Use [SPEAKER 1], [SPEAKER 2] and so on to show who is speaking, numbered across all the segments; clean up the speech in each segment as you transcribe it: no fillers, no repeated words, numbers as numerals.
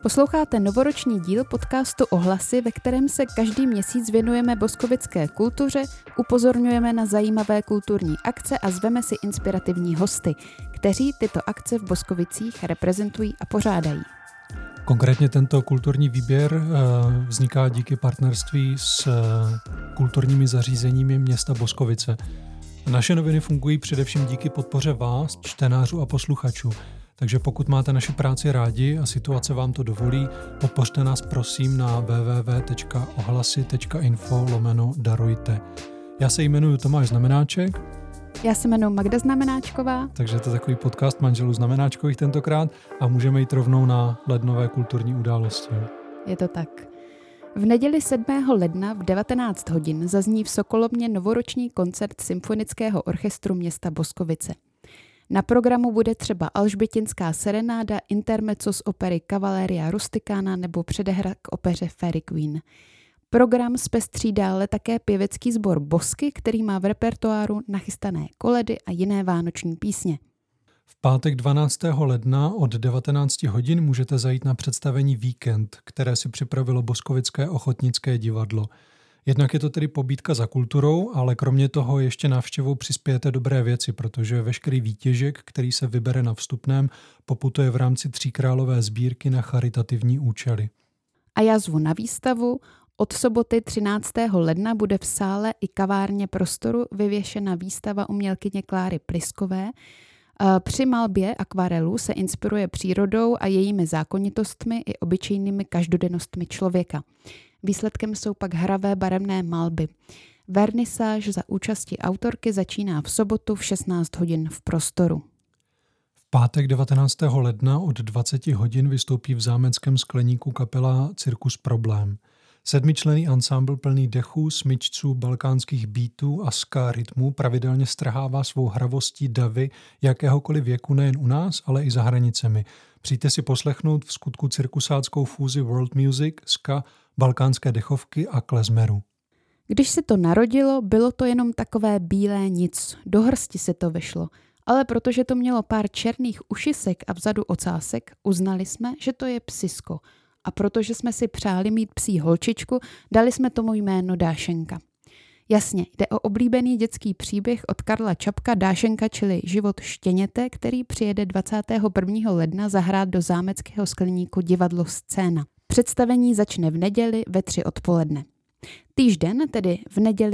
[SPEAKER 1] Posloucháte novoroční díl podcastu Ohlasy, ve kterém se každý měsíc věnujeme boskovické kultuře, upozorňujeme na zajímavé kulturní akce a zveme si inspirativní hosty, kteří tyto akce v Boskovicích reprezentují a pořádají.
[SPEAKER 2] Konkrétně tento kulturní výběr vzniká díky partnerství s kulturními zařízeními města Boskovice. Naše noviny fungují především díky podpoře vás, čtenářů a posluchačů. Takže pokud máte naši práci rádi a situace vám to dovolí, podpořte nás prosím na www.ohlasy.info/darujte. Já se jmenuji Tomáš Znamenáček.
[SPEAKER 1] Já se jmenuji Magda Znamenáčková.
[SPEAKER 2] Takže to je takový podcast manželů Znamenáčkových tentokrát a můžeme jít rovnou na lednové kulturní události.
[SPEAKER 1] Je to tak. V neděli 7. ledna v 19 hodin zazní v Sokolovně novoroční koncert Symfonického orchestru města Boskovice. Na programu bude třeba Alžbětinská serenáda, intermezzo z opery Cavalleria Rusticana nebo předehra k opeře Fairy Queen. Program zpestří dále také pěvecký sbor Bosky, který má v repertoáru nachystané koledy a jiné vánoční písně.
[SPEAKER 2] V pátek 12. ledna od 19 hodin můžete zajít na představení Víkend, které si připravilo Boskovické ochotnické divadlo. Jednak je to tedy pobídka za kulturou, ale kromě toho ještě návštěvou přispějete dobré věci, protože veškerý výtěžek, který se vybere na vstupném, poputuje v rámci Tříkrálové sbírky na charitativní účely.
[SPEAKER 1] A já zvu na výstavu. Od soboty 13. ledna bude v sále i kavárně Prostoru vyvěšena výstava umělkyně Kláry Pliskové. Při malbě akvarelů se inspiruje přírodou a jejími zákonitostmi i obyčejnými každodennostmi člověka. Výsledkem jsou pak hravé barevné malby. Vernisáž za účasti autorky začíná v sobotu v 16 hodin v Prostoru.
[SPEAKER 2] V pátek 19. ledna od 20 hodin vystoupí v zámeckém skleníku kapela Cirkus Problém. 7členný ansámbl plný dechů, smyčců, balkánských beatů a ska rytmů pravidelně strhává svou hravostí davy jakéhokoliv věku nejen u nás, ale i za hranicemi. Přijďte si poslechnout v skutku cirkusáckou fúzi world music, ska, balkánské dechovky a klezmeru.
[SPEAKER 1] Když se to narodilo, bylo to jenom takové bílé nic. Do hrsti se to vyšlo. Ale protože to mělo pár černých ušisek a vzadu ocásek, uznali jsme, že to je psisko. A protože jsme si přáli mít psí holčičku, dali jsme tomu jméno Dášenka. Jasně, jde o oblíbený dětský příběh od Karla Čapka Dášenka, čili život štěněte, který přijede 21. ledna zahrát do zámeckého skleníku divadlo Scéna. Představení začne v neděli ve 3 odpoledne. Týžden, tedy v neděli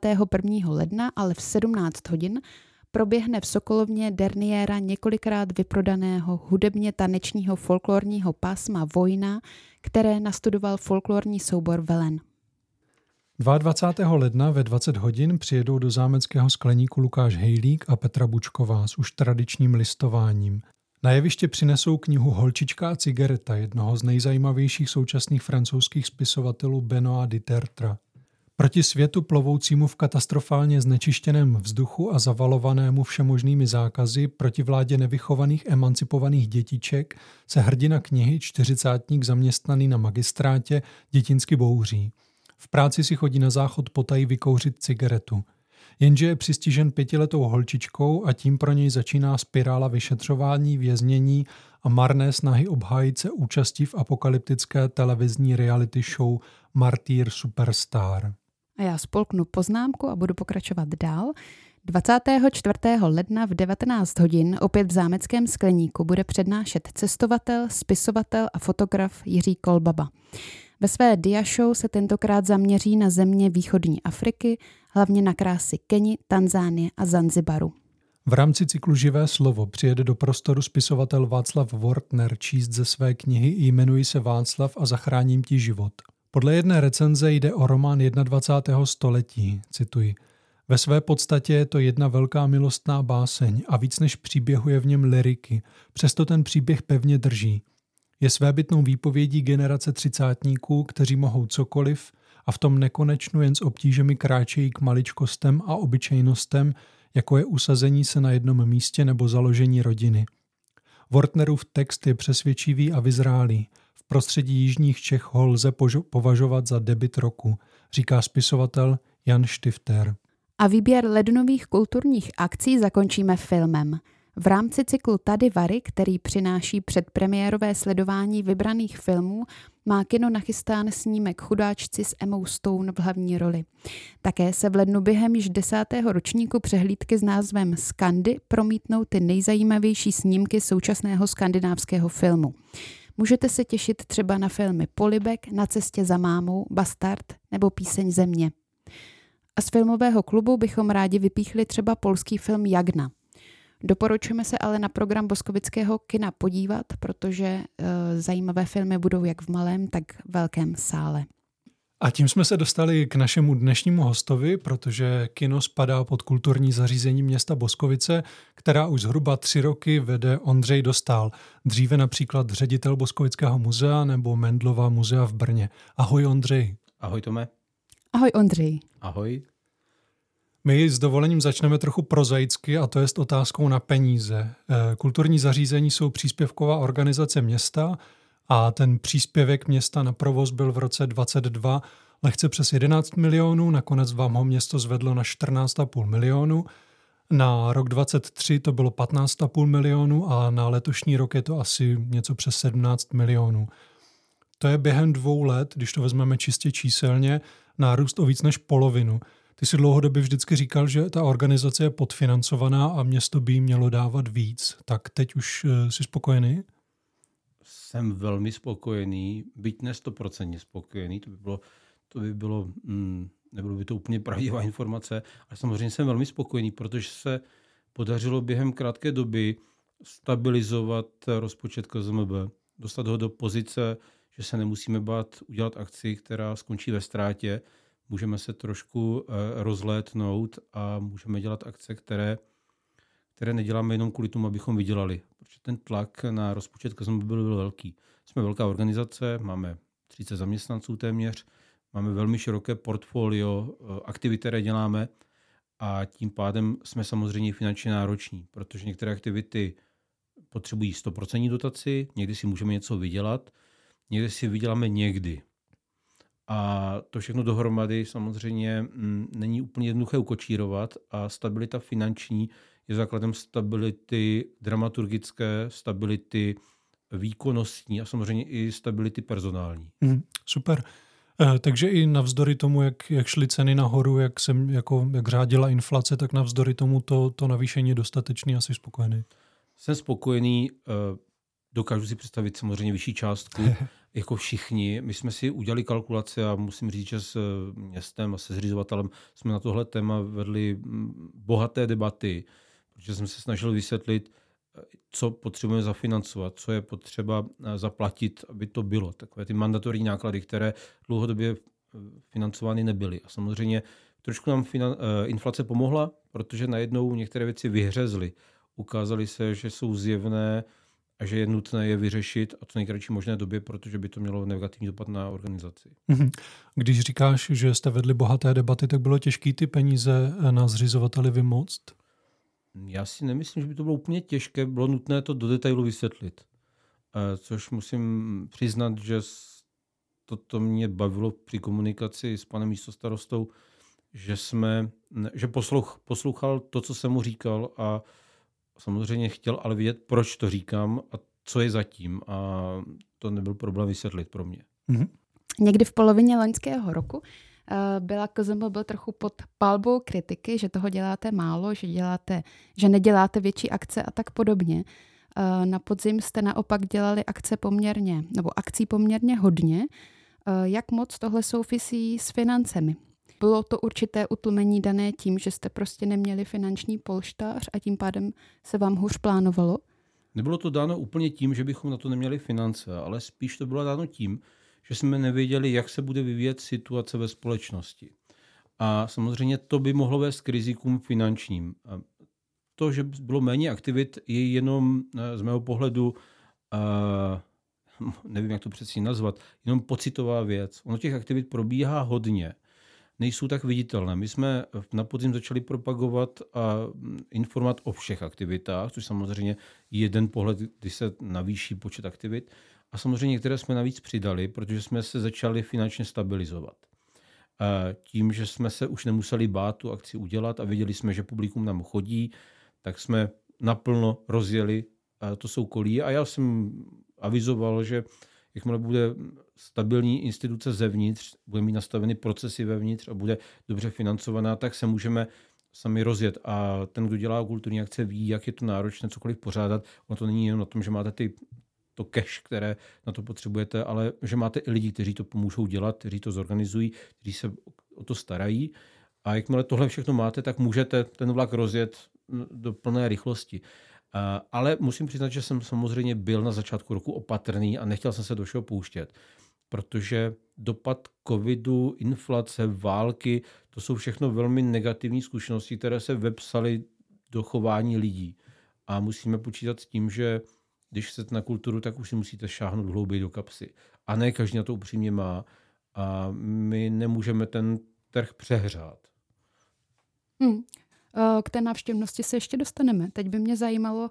[SPEAKER 1] 21. ledna, ale v 17 hodin, proběhne v Sokolovně derniéra několikrát vyprodaného hudebně tanečního folklorního pásma Vojna, které nastudoval folklorní soubor Velen.
[SPEAKER 2] 22. ledna ve 20 hodin přijedou do zámeckého skleníku Lukáš Hejlík a Petra Bučková s už tradičním listováním. Na jeviště přinesou knihu Holčička a cigareta, jednoho z nejzajímavějších současných francouzských spisovatelů Benoîta Didertra. Proti světu plovoucímu v katastrofálně znečištěném vzduchu a zavalovanému všemožnými zákazy, proti vládě nevychovaných emancipovaných dětiček se hrdina knihy, čtyřicátník zaměstnaný na magistrátě, dětinsky bouří. V práci si chodí na záchod potají vykouřit cigaretu. Jenže je přistižen 5letou holčičkou a tím pro něj začíná spirála vyšetřování, věznění a marné snahy obhájit se účastí v apokalyptické televizní reality show Martyr Superstar.
[SPEAKER 1] A já spolknu poznámku a budu pokračovat dál. 24. ledna v 19 hodin opět v zámeckém skleníku bude přednášet cestovatel, spisovatel a fotograf Jiří Kolbaba. Ve své diashow se tentokrát zaměří na země východní Afriky, hlavně na krásy Keni, Tanzánie a Zanzibaru.
[SPEAKER 2] V rámci cyklu Živé slovo přijede do Prostoru spisovatel Václav Wortner číst ze své knihy Jmenuji se Václav a zachráním ti život. Podle jedné recenze jde o román 21. století, cituji. Ve své podstatě je to jedna velká milostná báseň a víc než příběhu je v něm lyriky, přesto ten příběh pevně drží. Je svébytnou výpovědí generace třicátníků, kteří mohou cokoliv a v tom nekonečnu jen s obtížemi kráčejí k maličkostem a obyčejnostem, jako je usazení se na jednom místě nebo založení rodiny. Wortnerův text je přesvědčivý a vyzrálý. V prostředí jižních Čech ho lze považovat za debut roku, říká spisovatel Jan Štifter.
[SPEAKER 1] A výběr lednových kulturních akcí zakončíme filmem. V rámci cyklu Tady Vary, který přináší předpremiérové sledování vybraných filmů, má kino nachystán snímek Chudáčci s Emmou Stone v hlavní roli. Také se v lednu během již 10. ročníku přehlídky s názvem Skandy promítnou ty nejzajímavější snímky současného skandinávského filmu. Můžete se těšit třeba na filmy Polibek, Na cestě za mámou, Bastard nebo Píseň země. A z filmového klubu bychom rádi vypíchli třeba polský film Jagna. Doporučujeme se ale na program Boskovického kina podívat, protože zajímavé filmy budou jak v malém, tak v velkém sále.
[SPEAKER 2] A tím jsme se dostali k našemu dnešnímu hostovi, protože kino spadá pod kulturní zařízení města Boskovice, která už zhruba 3 roky vede Ondřej Dostál. Dříve například ředitel Boskovického muzea nebo Mendlova muzea v Brně. Ahoj Ondřej.
[SPEAKER 3] Ahoj Tome.
[SPEAKER 1] Ahoj Ondřej.
[SPEAKER 3] Ahoj.
[SPEAKER 2] My s dovolením začneme trochu prozaicky, a to je s otázkou na peníze. Kulturní zařízení jsou příspěvková organizace města a ten příspěvek města na provoz byl v roce 2022 lehce přes 11 milionů, nakonec vám ho město zvedlo na 14,5 milionů. Na rok 2023 to bylo 15,5 milionů a na letošní rok je to asi něco přes 17 milionů. To je během 2 let, když to vezmeme čistě číselně, nárůst o víc než polovinu. Ty jsi dlouhodobě vždycky říkal, že ta organizace je podfinancovaná a město by jí mělo dávat víc. Tak teď už jsi spokojený?
[SPEAKER 3] Jsem velmi spokojený, byť ne 100% spokojený, nebylo by to úplně pravdivá informace, ale samozřejmě jsem velmi spokojený, protože se podařilo během krátké doby stabilizovat rozpočet KZMB, dostat ho do pozice, že se nemusíme bát udělat akci, která skončí ve ztrátě. Můžeme se trošku rozlétnout a můžeme dělat akce, které neděláme jenom kvůli tomu, abychom vydělali. Protože ten tlak na rozpočet KZMB byl velký. Jsme velká organizace, máme 30 zaměstnanců téměř, máme velmi široké portfolio aktivit, které děláme a tím pádem jsme samozřejmě finančně nároční, protože některé aktivity potřebují 100% dotaci, někdy si můžeme něco vydělat, někdy si vyděláme někdy. A to všechno dohromady samozřejmě není úplně jednoduché ukočírovat a stabilita finanční je základem stability dramaturgické, stability výkonnostní a samozřejmě i stability personální.
[SPEAKER 2] Super. Takže i navzdory tomu, jak šly ceny nahoru, jak řádila inflace, tak navzdory tomu to navýšení je dostatečný a jsi spokojený?
[SPEAKER 3] Jsem spokojený, dokážu si představit samozřejmě vyšší částku, jako všichni. My jsme si udělali kalkulace a musím říct, že s městem a se zřizovatelem jsme na tohle téma vedli bohaté debaty, protože jsem se snažil vysvětlit, co potřebujeme zafinancovat, co je potřeba zaplatit, aby to bylo. Takové ty mandatorní náklady, které dlouhodobě financovány nebyly. A samozřejmě trošku nám inflace pomohla, protože najednou některé věci vyhřezly. Ukázaly se, že jsou zjevné a že je nutné je vyřešit a co nejkratší možné době, protože by to mělo negativní dopad na organizaci.
[SPEAKER 2] Když říkáš, že jste vedli bohaté debaty, tak bylo těžké ty peníze na zřizovateli vymoct?
[SPEAKER 3] Já si nemyslím, že by to bylo úplně těžké. Bylo nutné to do detailu vysvětlit. Což musím přiznat, že to mě bavilo při komunikaci s panem místostarostou, že poslouchal to, co jsem mu říkal a samozřejmě chtěl ale vědět, proč to říkám a co je zatím. A to nebyl problém vysvětlit pro mě.
[SPEAKER 1] Někdy v polovině loňského roku byla KZMB trochu pod palbou kritiky, že toho děláte málo, že neděláte větší akce a tak podobně. Na podzim jste naopak dělali akcí poměrně hodně. Jak moc tohle souvisí s financemi? Bylo to určité utlumení dané tím, že jste prostě neměli finanční polštář a tím pádem se vám hůř plánovalo?
[SPEAKER 3] Nebylo to dáno úplně tím, že bychom na to neměli finance, ale spíš to bylo dáno tím, že jsme nevěděli, jak se bude vyvíjet situace ve společnosti. A samozřejmě to by mohlo vést k rizikům finančním. A to, že bylo méně aktivit, je jenom z mého pohledu, nevím, jak to přesně nazvat, jenom pocitová věc. Ono těch aktivit probíhá hodně. Nejsou tak viditelné. My jsme na podzim začali propagovat a informovat o všech aktivitách, což samozřejmě je jeden pohled, když se navýší počet aktivit. A samozřejmě některé jsme navíc přidali, protože jsme se začali finančně stabilizovat. Tím, že jsme se už nemuseli bát tu akci udělat a věděli jsme, že publikum nám chodí, tak jsme naplno rozjeli to soukolí. A já jsem avizoval, že jakmile bude stabilní instituce zevnitř, bude mít nastaveny procesy vevnitř a bude dobře financovaná, tak se můžeme sami rozjet. A ten, kdo dělá kulturní akce, ví, jak je to náročné cokoliv pořádat. Ono to není jen o tom, že máte to cash, které na to potřebujete, ale že máte i lidi, kteří to pomůžou dělat, kteří to zorganizují, kteří se o to starají. A jakmile tohle všechno máte, tak můžete ten vlak rozjet do plné rychlosti. Ale musím přiznat, že jsem samozřejmě byl na začátku roku opatrný a nechtěl jsem se do všeho pouštět, protože dopad covidu, inflace, války, to jsou všechno velmi negativní zkušenosti, které se vepsaly do chování lidí. A musíme počítat s tím, že když chcete na kulturu, tak už si musíte šáhnout hlouběji do kapsy. A ne každý na to upřímně má. A my nemůžeme ten trh přehřát.
[SPEAKER 1] K té návštěvnosti se ještě dostaneme. Teď by mě zajímalo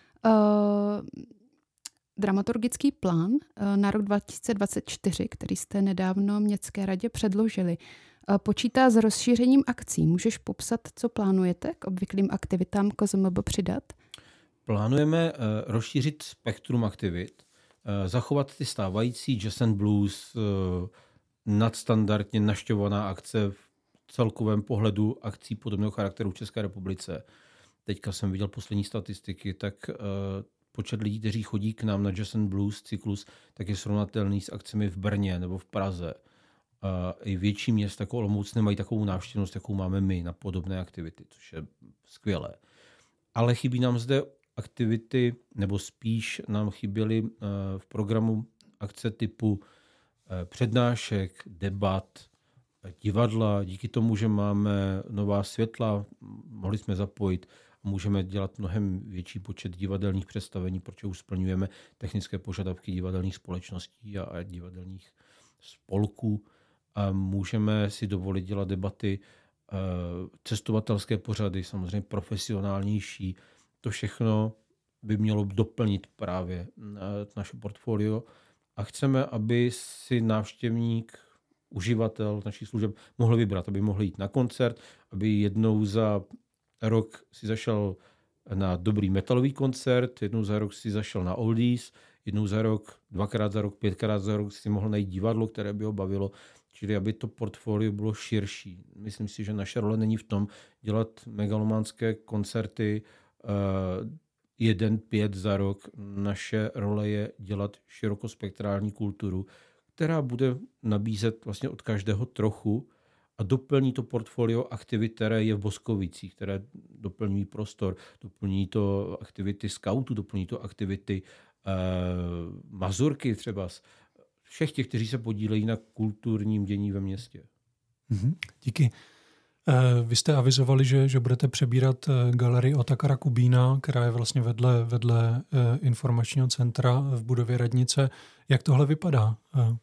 [SPEAKER 1] dramaturgický plán na rok 2024, který jste nedávno Městské radě předložili. Počítá s rozšířením akcí. Můžeš popsat, co plánujete k obvyklým aktivitám KZMB přidat?
[SPEAKER 3] Plánujeme rozšířit spektrum aktivit, zachovat ty stávající jazz and blues, nadstandardně navštěvovaná akce v celkovém pohledu akcí podobného charakteru v České republice. Teďka jsem viděl poslední statistiky, tak počet lidí, kteří chodí k nám na Jazz and Blues cyklus, tak je srovnatelný s akcemi v Brně nebo v Praze. I větší města jako Olomouc nemají takovou návštěvnost, jakou máme my na podobné aktivity, což je skvělé. Ale chybí nám zde aktivity, nebo spíš nám chyběly v programu akce typu přednášek, debat, divadla. Díky tomu, že máme nová světla, mohli jsme zapojit a můžeme dělat mnohem větší počet divadelních představení, protože už splňujeme technické požadavky divadelních společností a divadelních spolků. A můžeme si dovolit dělat debaty, cestovatelské pořady, samozřejmě profesionálnější. To všechno by mělo doplnit právě naše portfolio a chceme, aby si návštěvník, uživatel našich služeb mohl vybrat, aby mohl jít na koncert, aby jednou za rok si zašel na dobrý metalový koncert, jednou za rok si zašel na oldies, jednou za rok, dvakrát za rok, pětkrát za rok si mohl najít divadlo, které by ho bavilo, čili aby to portfolio bylo širší. Myslím si, že naše role není v tom dělat megalománské koncerty 1-5 za rok. Naše role je dělat širokospektrální kulturu, která bude nabízet vlastně od každého trochu a doplní to portfolio aktivit, které je v Boskovicích, které doplňují prostor, doplní to aktivity skautů, doplní to aktivity mazurky třeba. Všech těch, kteří se podílejí na kulturním dění ve městě.
[SPEAKER 2] Díky. Vy jste avizovali, že budete přebírat galerii Otakara Kubína, která je vlastně vedle informačního centra v budově radnice. Jak tohle vypadá?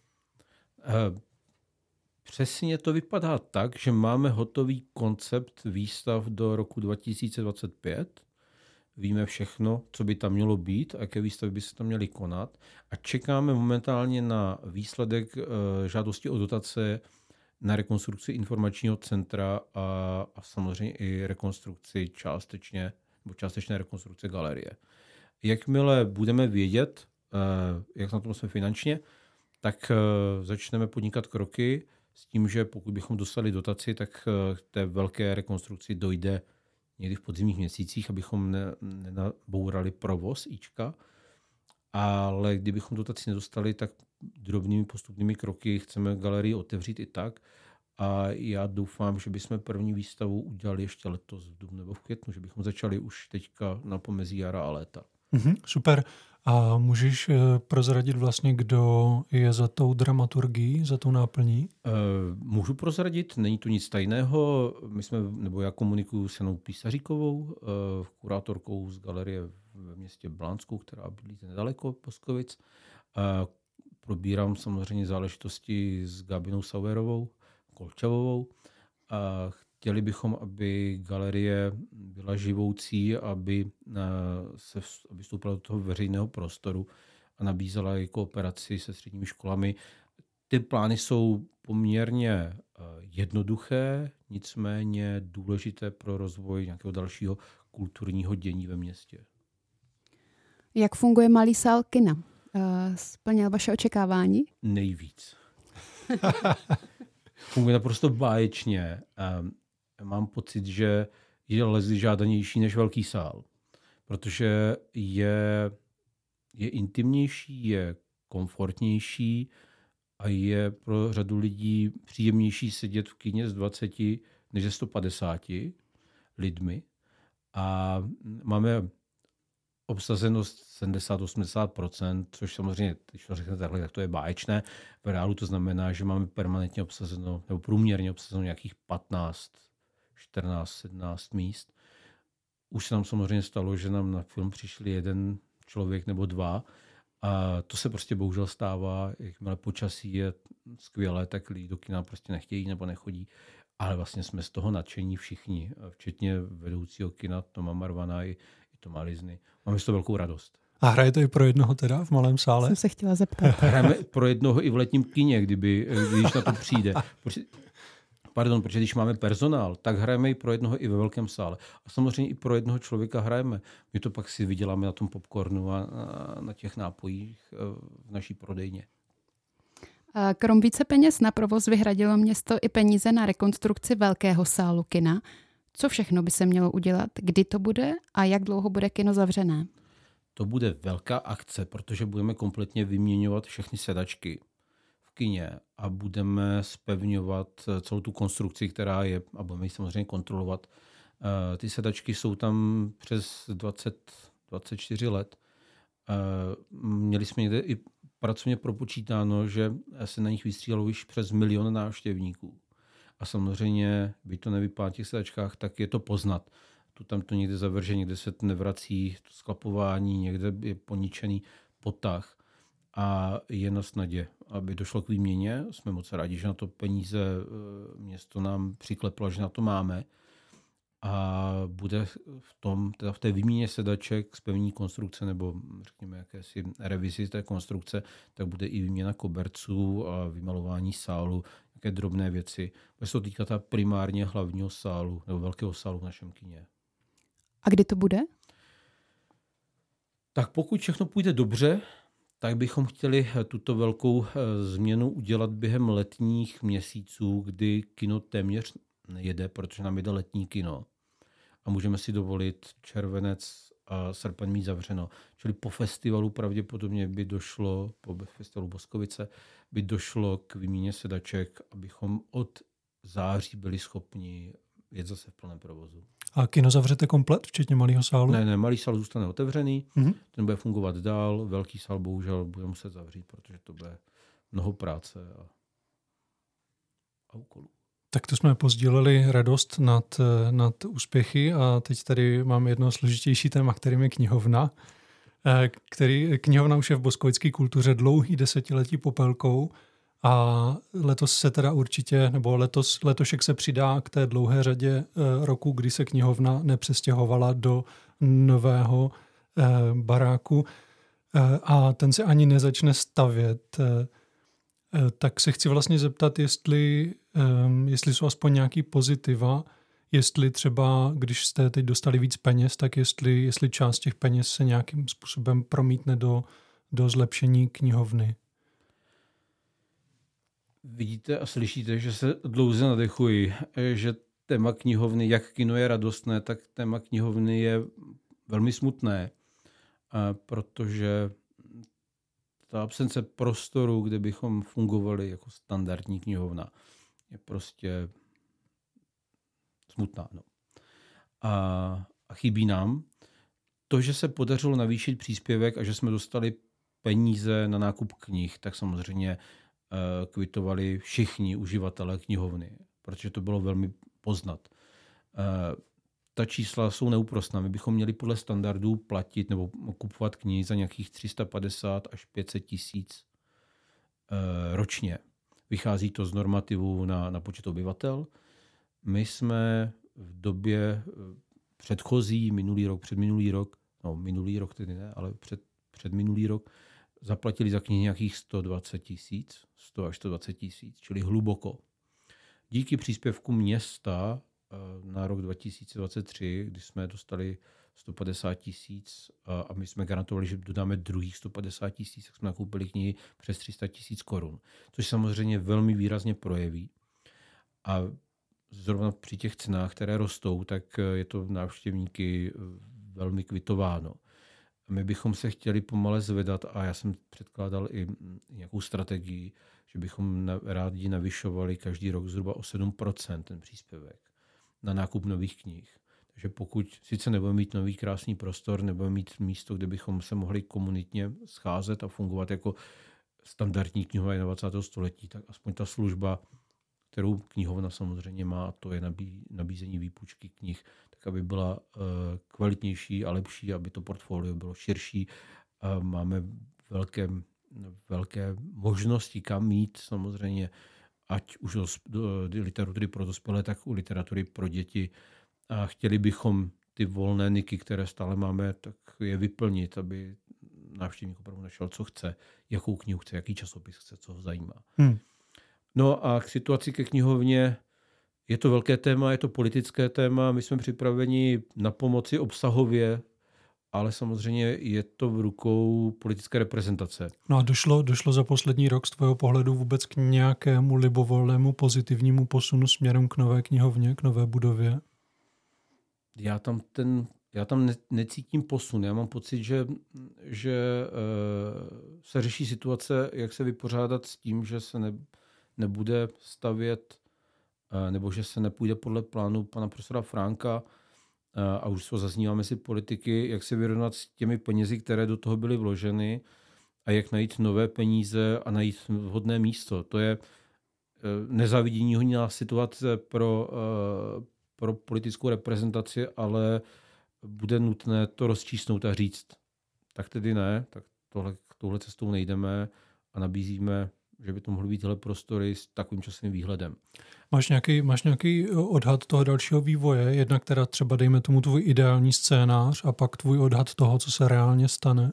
[SPEAKER 3] Přesně to vypadá tak, že máme hotový koncept výstav do roku 2025. Víme všechno, co by tam mělo být a jaké výstavy by se tam měly konat. A čekáme momentálně na výsledek žádosti o dotace na rekonstrukci informačního centra a samozřejmě i rekonstrukci částečné rekonstrukce galerie. Jakmile budeme vědět, jak na tom jsme finančně, tak začneme podnikat kroky s tím, že pokud bychom dostali dotaci, tak k té velké rekonstrukci dojde někdy v podzimních měsících, abychom nenabourali provoz IČka. Ale kdybychom dotaci nedostali, tak drobnými postupnými kroky chceme galerii otevřít i tak. A já doufám, že bychom první výstavu udělali ještě letos v dubnu nebo v květnu, že bychom začali už teďka na pomezí jara a léta.
[SPEAKER 2] Super. A můžeš prozradit vlastně, kdo je za tou dramaturgií, za tou náplní?
[SPEAKER 3] Můžu prozradit, není to nic tajného. Já komunikuju s Janou Písaříkovou, kurátorkou z galerie ve městě Blánskou, která bydlí nedaleko Boskovic. Probírám samozřejmě záležitosti s Gabinou Sauerovou, Kolčavovou. Chtěli bychom, aby galerie byla živoucí, aby vstoupila do toho veřejného prostoru a nabízela i kooperaci se středními školami. Ty plány jsou poměrně jednoduché, nicméně důležité pro rozvoj nějakého dalšího kulturního dění ve městě.
[SPEAKER 1] Jak funguje malý sál kina? Splnil vaše očekávání?
[SPEAKER 3] Nejvíc. Funguje naprosto báječně. Mám pocit, že je žádanější než velký sál, protože je intimnější, je komfortnější a je pro řadu lidí příjemnější sedět v kině s 20 než se 150 lidmi. A máme obsazenost 70-80%, což samozřejmě, když to řeknete takhle, tak to je báječné. V reálu to znamená, že máme permanentně obsazeno, nebo průměrně obsazeno nějakých 15, 14, 17 míst. Už se nám samozřejmě stalo, že nám na film přišli jeden člověk nebo dva. A to se prostě bohužel stává, jakmile počasí je skvělé, tak lidi do kina prostě nechtějí nebo nechodí. Ale vlastně jsme z toho nadšení všichni, včetně vedoucího kina Toma Marvana i Toma Lizny. Máme z toho velkou radost.
[SPEAKER 2] A hrajete i pro jednoho teda v malém sále?
[SPEAKER 1] Jsem se chtěla zeptat.
[SPEAKER 3] Hrajeme pro jednoho i v letním kině, když na to přijde. Protože když máme personál, tak hrajeme i pro jednoho i ve velkém sále. A samozřejmě i pro jednoho člověka hrajeme. My to pak si vyděláme na tom popcornu a na těch nápojích v naší prodejně.
[SPEAKER 1] Krom více peněz na provoz vyhradilo město i peníze na rekonstrukci velkého sálu kina. Co všechno by se mělo udělat, kdy to bude a jak dlouho bude kino zavřené?
[SPEAKER 3] To bude velká akce, protože budeme kompletně vyměňovat všechny sedačky v kině a budeme zpevňovat celou tu konstrukci, která je, a budeme ji samozřejmě kontrolovat. Ty sedačky jsou tam přes 24 let. Měli jsme někde i pracovně propočítáno, že se na nich vystřílelo už přes 1 milion návštěvníků. A samozřejmě, by to nevypadá na těch sedačkách, tak je to poznat. Tu tam to někde zavrže, někde se to nevrací, to sklapování, někde je poničený potah. A je na snadě, aby došlo k výměně. Jsme moc rádi, že na to peníze město nám přikleplo, že na to máme. A bude v té výměně sedaček, zpevnění konstrukce nebo řekněme jakési revizi té konstrukce, tak bude i výměna koberců a vymalování sálu, nějaké drobné věci. Bude se to týkat primárně hlavního sálu nebo velkého sálu v našem kině.
[SPEAKER 1] A kdy to bude?
[SPEAKER 3] Tak pokud všechno půjde dobře, tak bychom chtěli tuto velkou změnu udělat během letních měsíců, kdy kino téměř nejede, protože nám jede letní kino. A můžeme si dovolit červenec a srpen mít zavřeno. Čili po festivalu pravděpodobně by došlo, po festivalu Boskovice, by došlo k výměně sedaček, abychom od září byli schopni jet zase v plném provozu.
[SPEAKER 2] A kino zavřete komplet, včetně malého sálu?
[SPEAKER 3] Ne, malý sál zůstane otevřený, ten bude fungovat dál, velký sál bohužel bude muset zavřít, protože to bude mnoho práce a úkolů.
[SPEAKER 2] Tak to jsme pozdíleli radost nad úspěchy a teď tady máme jedno složitější téma, kterým je knihovna. Knihovna už je v boskovické kultuře dlouhý desetiletí popelkou a letos se teda určitě, nebo letošek se přidá k té dlouhé řadě roku, kdy se knihovna nepřestěhovala do nového baráku a ten se ani nezačne stavět. Tak se chci vlastně zeptat, jestli jsou aspoň nějaký pozitiva, jestli třeba, když jste teď dostali víc peněz, tak jestli část těch peněz se nějakým způsobem promítne do zlepšení knihovny.
[SPEAKER 3] Vidíte a slyšíte, že se dlouze nadechuji, že téma knihovny, jak kino je radostné, tak téma knihovny je velmi smutné, protože ta absence prostoru, kde bychom fungovali jako standardní knihovna, je prostě smutná. No. A chybí nám to, že se podařilo navýšit příspěvek a že jsme dostali peníze na nákup knih, tak samozřejmě kvitovali všichni uživatelé knihovny, protože to bylo velmi poznat. Ta čísla jsou neúprosná. My bychom měli podle standardů platit nebo kupovat knihy za nějakých 350 až 500 tisíc ročně. Vychází to z normativu na počet obyvatel. My jsme v době předchozí, minulý rok tedy ne, ale předminulý rok, zaplatili za knihy nějakých 120 tisíc, 100 až 120 tisíc, čili hluboko. Díky příspěvku města na rok 2023, kdy jsme dostali 150 000 a my jsme garantovali, že dodáme druhých 150 000, tak jsme nakoupili knihy přes 300 000 korun, což samozřejmě velmi výrazně projeví. A zrovna při těch cenách, které rostou, tak je to návštěvníky velmi kvitováno. My bychom se chtěli pomale zvedat a já jsem předkládal i nějakou strategii, že bychom rádi navyšovali každý rok zhruba o 7% ten příspěvek na nákup nových knih. Takže pokud sice nebudeme mít nový krásný prostor, nebudeme mít místo, kde bychom se mohli komunitně scházet a fungovat jako standardní knihovna 20. století, tak aspoň ta služba, kterou knihovna samozřejmě má, to je nabízení výpůjčky knih, tak aby byla kvalitnější a lepší, aby to portfolio bylo širší. Máme velké možnosti, kam mít samozřejmě, ať už do literatury pro dospělé, tak u literatury pro děti. A chtěli bychom ty volné niky, které stále máme, tak je vyplnit, aby návštěvník opravdu našel, co chce, jakou knihu chce, jaký časopis chce, co ho zajímá. No a k situaci ke knihovně, je to velké téma, je to politické téma, my jsme připraveni na pomoci obsahově, ale samozřejmě je to v rukou politické reprezentace.
[SPEAKER 2] No a došlo za poslední rok z tvého pohledu vůbec k nějakému libovolnému pozitivnímu posunu směrem k nové knihovně, k nové budově?
[SPEAKER 3] Já tam necítím posun. Já mám pocit, že se řeší situace, jak se vypořádat s tím, že se nebude stavět nebo že se nepůjde podle plánu pana profesora Franka a už to zaznívá mezi politiky, jak se vyrovnat s těmi penězi, které do toho byly vloženy a jak najít nové peníze a najít vhodné místo. To je nezáviděníhodná situace pro politickou reprezentaci, ale bude nutné to rozčísnout a říct, tak tedy ne, tak touhle cestou nejdeme a nabízíme, že by to mohly být tyhle prostory s takovým časovým výhledem.
[SPEAKER 2] Máš nějaký odhad toho dalšího vývoje? Jednak teda třeba dejme tomu tvůj ideální scénář a pak tvůj odhad toho, co se reálně stane?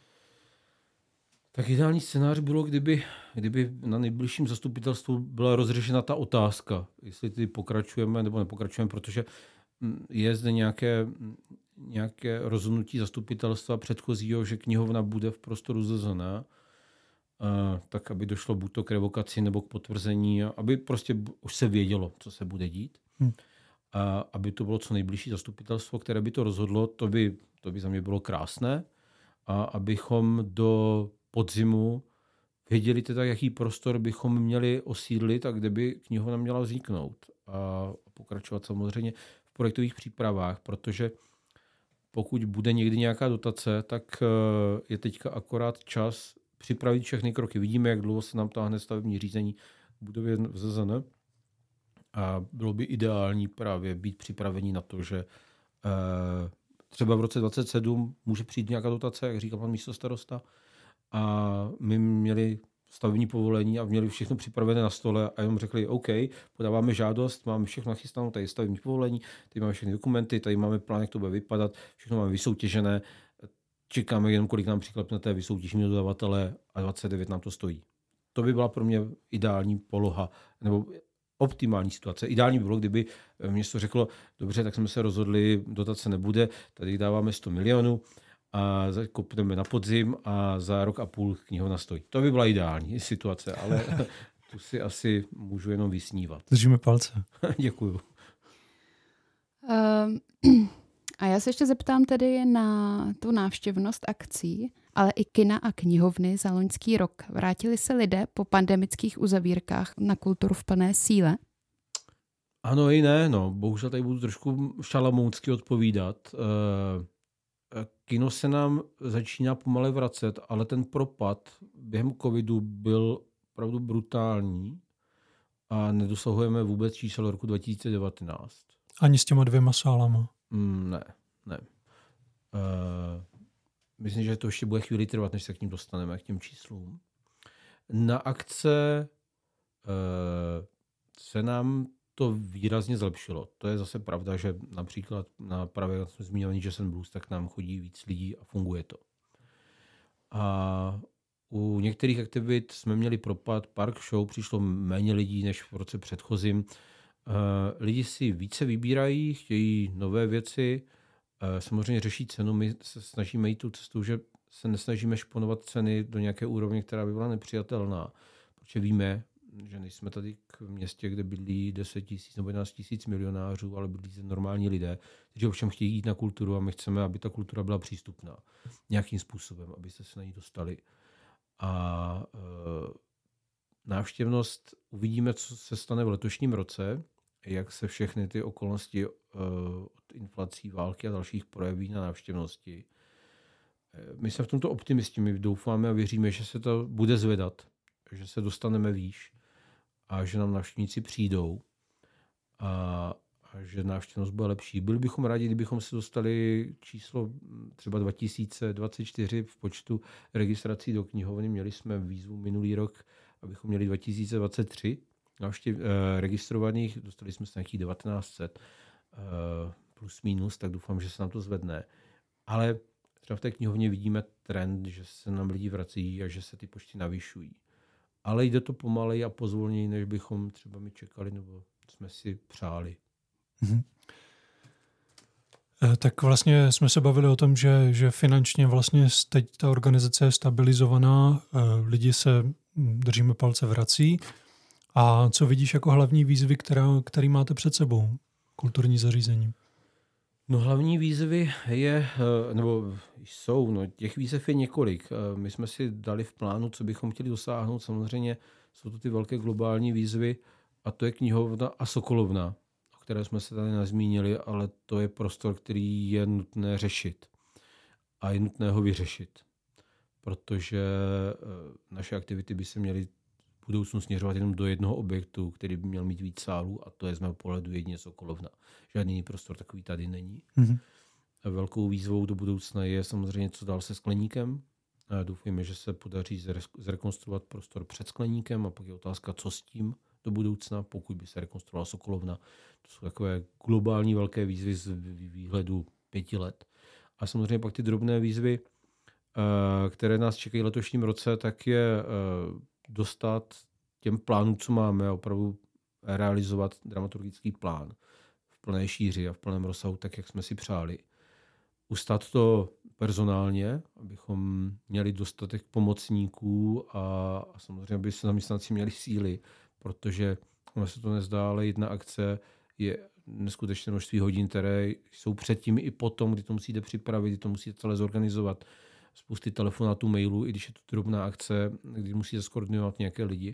[SPEAKER 3] Tak ideální scénář bylo, kdyby na nejbližším zastupitelstvu byla rozřešena ta otázka, jestli tedy pokračujeme nebo nepokračujeme, protože je zde nějaké rozhodnutí zastupitelstva předchozího, že knihovna bude v prostoru ZZN, tak aby došlo buď to k revokaci nebo k potvrzení, aby prostě už se vědělo, co se bude dít. A aby to bylo co nejbližší zastupitelstvo, které by to rozhodlo, to by za mě bylo krásné. A abychom do podzimu věděli teda, jaký prostor bychom měli osídlit a kde by knihovna měla vzniknout. A pokračovat samozřejmě v projektových přípravách, protože pokud bude někdy nějaká dotace, tak je teďka akorát čas připravit všechny kroky. Vidíme, jak dlouho se nám táhne stavební řízení v budově v ZZN. A bylo by ideální právě být připraveni na to, že třeba v roce 2027 může přijít nějaká dotace, jak říká pan místostarosta, a my měli stavební povolení a měli všechno připravené na stole a jenom řekli, OK, podáváme žádost, máme všechno nachystáno, tady je stavební povolení, tady máme všechny dokumenty, tady máme plán, jak to bude vypadat, všechno máme vysoutěžené, čekáme jenom, kolik nám přiklepnete, vysoutěžíme dodavatele a 29 nám to stojí. To by byla pro mě ideální poloha, nebo optimální situace. Ideální by bylo, kdyby město řeklo, dobře, tak jsme se rozhodli, dotace nebude, tady dáváme 100 milionů a kopneme na podzim a za rok a půl knihovna stojí. To by byla ideální situace, ale tu si asi můžu jenom vysnívat.
[SPEAKER 2] Držíme palce.
[SPEAKER 3] Děkuju.
[SPEAKER 1] A já se ještě zeptám tedy na tu návštěvnost akcí, ale i kina a knihovny za loňský rok. Vrátili se lidé po pandemických uzavírkách na kulturu v plné síle?
[SPEAKER 3] Ano i ne, no. Bohužel tady budu trošku šalamounsky odpovídat. Kino se nám začíná pomale vracet, ale ten propad během covidu byl opravdu brutální a nedosahujeme vůbec čísel roku 2019.
[SPEAKER 2] Ani s těma 2 sálama?
[SPEAKER 3] Ne. Myslím, že to ještě bude chvíli trvat, než se k ním dostaneme, k těm číslům. Na akce se nám to výrazně zlepšilo. To je zase pravda, že například na právě zmiňovaný Jazz and Blues, tak nám chodí víc lidí a funguje to. A u některých aktivit jsme měli propad, Park Show přišlo méně lidí než v roce předchozím. Lidi si více vybírají, chtějí nové věci, samozřejmě řeší cenu. My se snažíme jít tu cestou, že se nesnažíme šponovat ceny do nějaké úrovně, která by byla nepřijatelná, protože víme, že nejsme tady v městě, kde bydlí 10 000 nebo 11 000 milionářů, ale bydlí normální lidé, kteří ovšem chtějí jít na kulturu a my chceme, aby ta kultura byla přístupná nějakým způsobem, aby se na ní dostali. A návštěvnost uvidíme, co se stane v letošním roce, jak se všechny ty okolnosti od inflací, války a dalších projeví na návštěvnosti. My jsme v tomto optimisti, my doufáme a věříme, že se to bude zvedat, že se dostaneme výš a že nám návštěvníci přijdou a že návštěvnost bude lepší. Byli bychom rádi, kdybychom se dostali číslo třeba 2024 v počtu registrací do knihovny. Měli jsme výzvu minulý rok, abychom měli 2023 registrovaných. Dostali jsme se nějakých 1900 plus minus, tak doufám, že se nám to zvedne. Ale třeba v té knihovně vidíme trend, že se nám lidi vrací a že se ty počty navyšují. Ale jde to pomaleji a pozvolněji, než bychom třeba my čekali nebo jsme si přáli.
[SPEAKER 2] Mhm. Tak vlastně jsme se bavili o tom, že finančně vlastně teď ta organizace je stabilizovaná, lidi se, držíme palce, vrací. A co vidíš jako hlavní výzvy, který máte před sebou, kulturní zařízení?
[SPEAKER 3] No hlavní výzvy jsou, těch výzev je několik. My jsme si dali v plánu, co bychom chtěli dosáhnout. Samozřejmě jsou to ty velké globální výzvy a to je knihovna a Sokolovna, o které jsme se tady nezmínili, ale to je prostor, který je nutné řešit a je nutné ho vyřešit, protože naše aktivity by se měly v budoucnu směřovat jenom do jednoho objektu, který by měl mít víc sálů a to je z mého pohledu jedině Sokolovna. Žádný jiný prostor takový tady není. Mm-hmm. Velkou výzvou do budoucna je samozřejmě, co dál se skleníkem. Doufujeme, že se podaří zrekonstruovat prostor před skleníkem a pak je otázka, co s tím do budoucna, pokud by se rekonstruovala Sokolovna. To jsou takové globální velké výzvy z výhledu 5 let. A samozřejmě pak ty drobné výzvy, které nás čekají v letošním roce, tak je dostat těm plánům, co máme, a opravdu realizovat dramaturgický plán v plné šíři a v plném rozsahu, tak, jak jsme si přáli. Ustát to personálně, abychom měli dostatek pomocníků a samozřejmě, aby se zaměstnanci měli síly, protože ono se to nezdá, ale jedna akce je neskutečné množství hodin, které jsou předtím i potom, kdy to musíte připravit, kdy to musíte celé zorganizovat. Spousty telefonátů, mailů, i když je to drobná akce, kdy musíte skoordinovat nějaké lidi.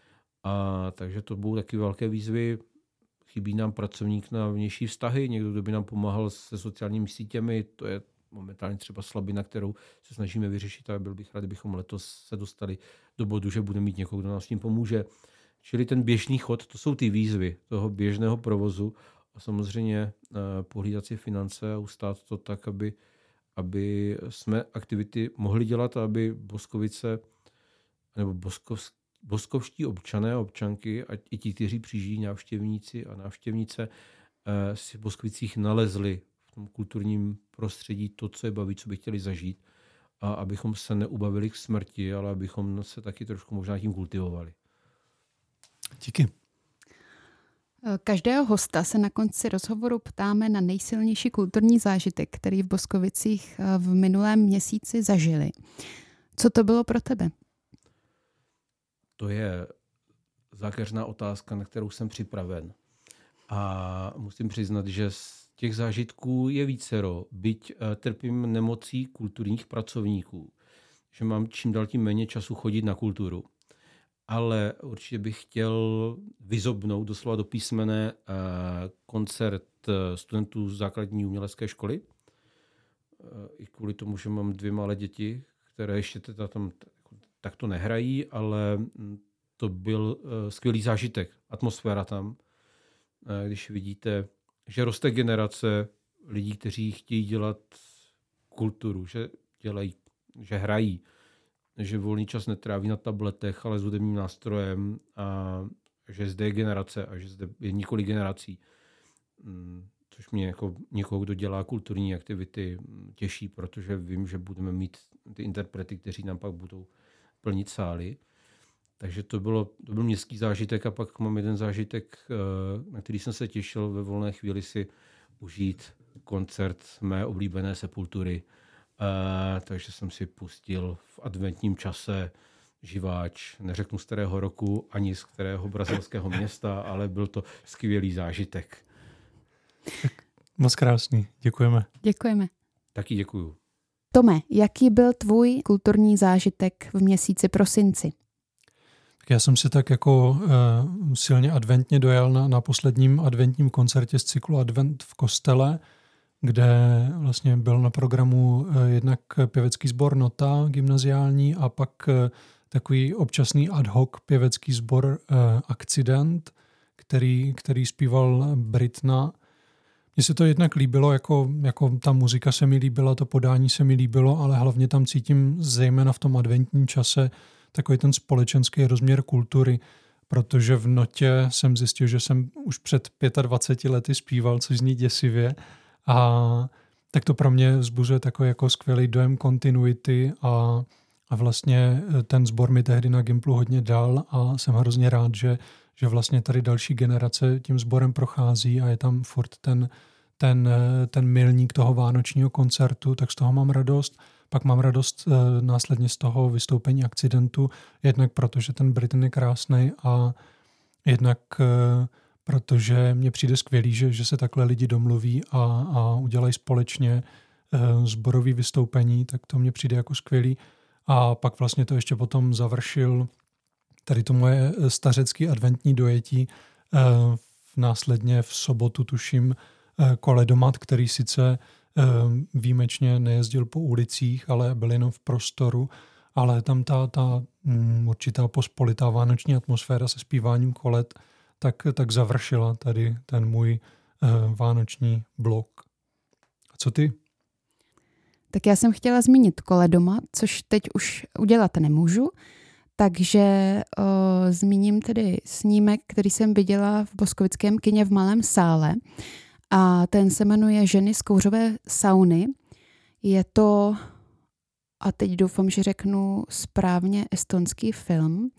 [SPEAKER 3] A takže to budou taky velké výzvy. Chybí nám pracovník na vnější vztahy, někdo, kdo by nám pomáhal se sociálními sítěmi. To je momentálně třeba slabina, kterou se snažíme vyřešit a byl bych rád, kdybychom letos se dostali do bodu, že budeme mít někoho, kdo nás s tím pomůže. Čili ten běžný chod, to jsou ty výzvy toho běžného provozu a samozřejmě pohlídat si finance a ustát to tak, aby jsme aktivity mohli dělat, aby Boskovice nebo boskovští občané a občanky a i ti, kteří přijíždí návštěvníci a návštěvnice, si v Boskovicích nalezli v tom kulturním prostředí to, co je baví, co by chtěli zažít a abychom se neubavili k smrti, ale abychom se taky trošku možná tím kultivovali.
[SPEAKER 2] Díky.
[SPEAKER 1] Každého hosta se na konci rozhovoru ptáme na nejsilnější kulturní zážitek, který v Boskovicích v minulém měsíci zažili. Co to bylo pro tebe?
[SPEAKER 3] To je zákeřná otázka, na kterou jsem připraven. A musím přiznat, že z těch zážitků je vícero, byť trpím nemocí kulturních pracovníků, že mám čím dál tím méně času chodit na kulturu. Ale určitě bych chtěl vyzobnout doslova do písmene koncert studentů základní umělecké školy. I kvůli tomu, že mám 2 malé děti, které ještě teda tam takto nehrají, ale to byl skvělý zážitek. Atmosféra tam, když vidíte, že roste generace lidí, kteří chtějí dělat kulturu, že hrají, že volný čas netráví na tabletech, ale s hudebním nástrojem a že zde je generace a že zde je několik generací. Což mě jako někoho, kdo dělá kulturní aktivity, těší, protože vím, že budeme mít ty interprety, kteří nám pak budou plnit sály. Takže to byl městský zážitek a pak mám jeden zážitek, na který jsem se těšil ve volné chvíli si užít koncert mé oblíbené Sepultury. Takže jsem si pustil v adventním čase Živáč, neřeknu z kterého roku, ani z kterého brazilského města, ale byl to skvělý zážitek.
[SPEAKER 2] Moc krásný, děkujeme.
[SPEAKER 1] Děkujeme.
[SPEAKER 3] Taky děkuju.
[SPEAKER 1] Tome, jaký byl tvůj kulturní zážitek v měsíci prosinci?
[SPEAKER 2] Tak já jsem si tak jako silně adventně dojel na posledním adventním koncertě z cyklu Advent v kostele, kde vlastně byl na programu jednak pěvecký sbor Nota gymnaziální a pak takový občasný ad hoc pěvecký sbor Akcident, který zpíval Britna. Mně se to jednak líbilo, jako ta muzika se mi líbila, to podání se mi líbilo, ale hlavně tam cítím zejména v tom adventním čase takový ten společenský rozměr kultury, protože v Notě jsem zjistil, že jsem už před 25 lety zpíval, což zní děsivě, a tak to pro mě vzbuzuje takový jako skvělý dojem kontinuity a vlastně ten sbor mi tehdy na Gimplu hodně dal a jsem hrozně rád, že vlastně tady další generace tím sborem prochází a je tam furt ten milník toho vánočního koncertu, tak z toho mám radost. Pak mám radost následně z toho vystoupení Akcidentu, jednak protože ten Britain je krásnej a jednak protože mně přijde skvělý, že se takhle lidi domluví a udělají společně sborový vystoupení, tak to mně přijde jako skvělý. A pak vlastně to ještě potom završil tady to moje stařecký adventní dojetí následně v sobotu, tuším, koledomat, který sice výjimečně nejezdil po ulicích, ale byl jenom v prostoru, ale tam ta určitá pospolitá vánoční atmosféra se zpíváním koled tak završila tady ten můj vánoční blok. A co ty?
[SPEAKER 1] Tak já jsem chtěla zmínit koledomat, což teď už udělat nemůžu, takže zmíním tedy snímek, který jsem viděla v boskovickém kině v Malém sále a ten se jmenuje Ženy z kouřové sauny. Je to, a teď doufám, že řeknu správně, estonský film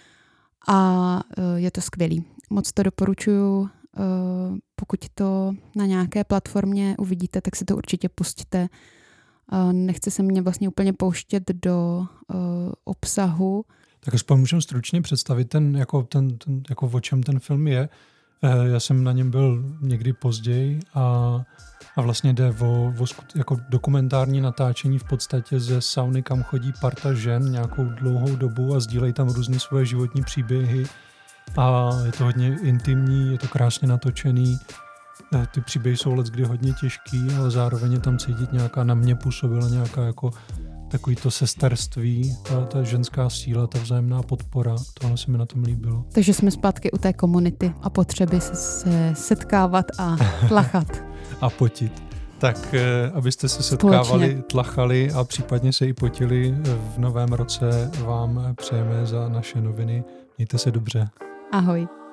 [SPEAKER 1] a je to skvělý. Moc to doporučuju, pokud to na nějaké platformě uvidíte, tak si to určitě pusťte. Nechci se mě vlastně úplně pouštět do obsahu.
[SPEAKER 2] Tak aspoň můžeme stručně představit jako o čem ten film je. Já jsem na něm byl někdy později a vlastně jde o jako dokumentární natáčení v podstatě ze sauny, kam chodí parta žen nějakou dlouhou dobu a sdílejí tam různé svoje životní příběhy a je to hodně intimní, je to krásně natočený. Ty příběhy jsou leckdy hodně těžký, ale zároveň je tam cítit nějaká, na mě působila nějaká jako takový to sesterství, ta ženská síla, ta vzájemná podpora, tohle se mi na tom líbilo.
[SPEAKER 1] Takže jsme zpátky u té komunity a potřeby se setkávat a tlachat.
[SPEAKER 2] A potit. Tak abyste se setkávali, tlachali a případně se i potili v novém roce, vám přejeme za naše noviny. Mějte se dobře.
[SPEAKER 1] Ahoj.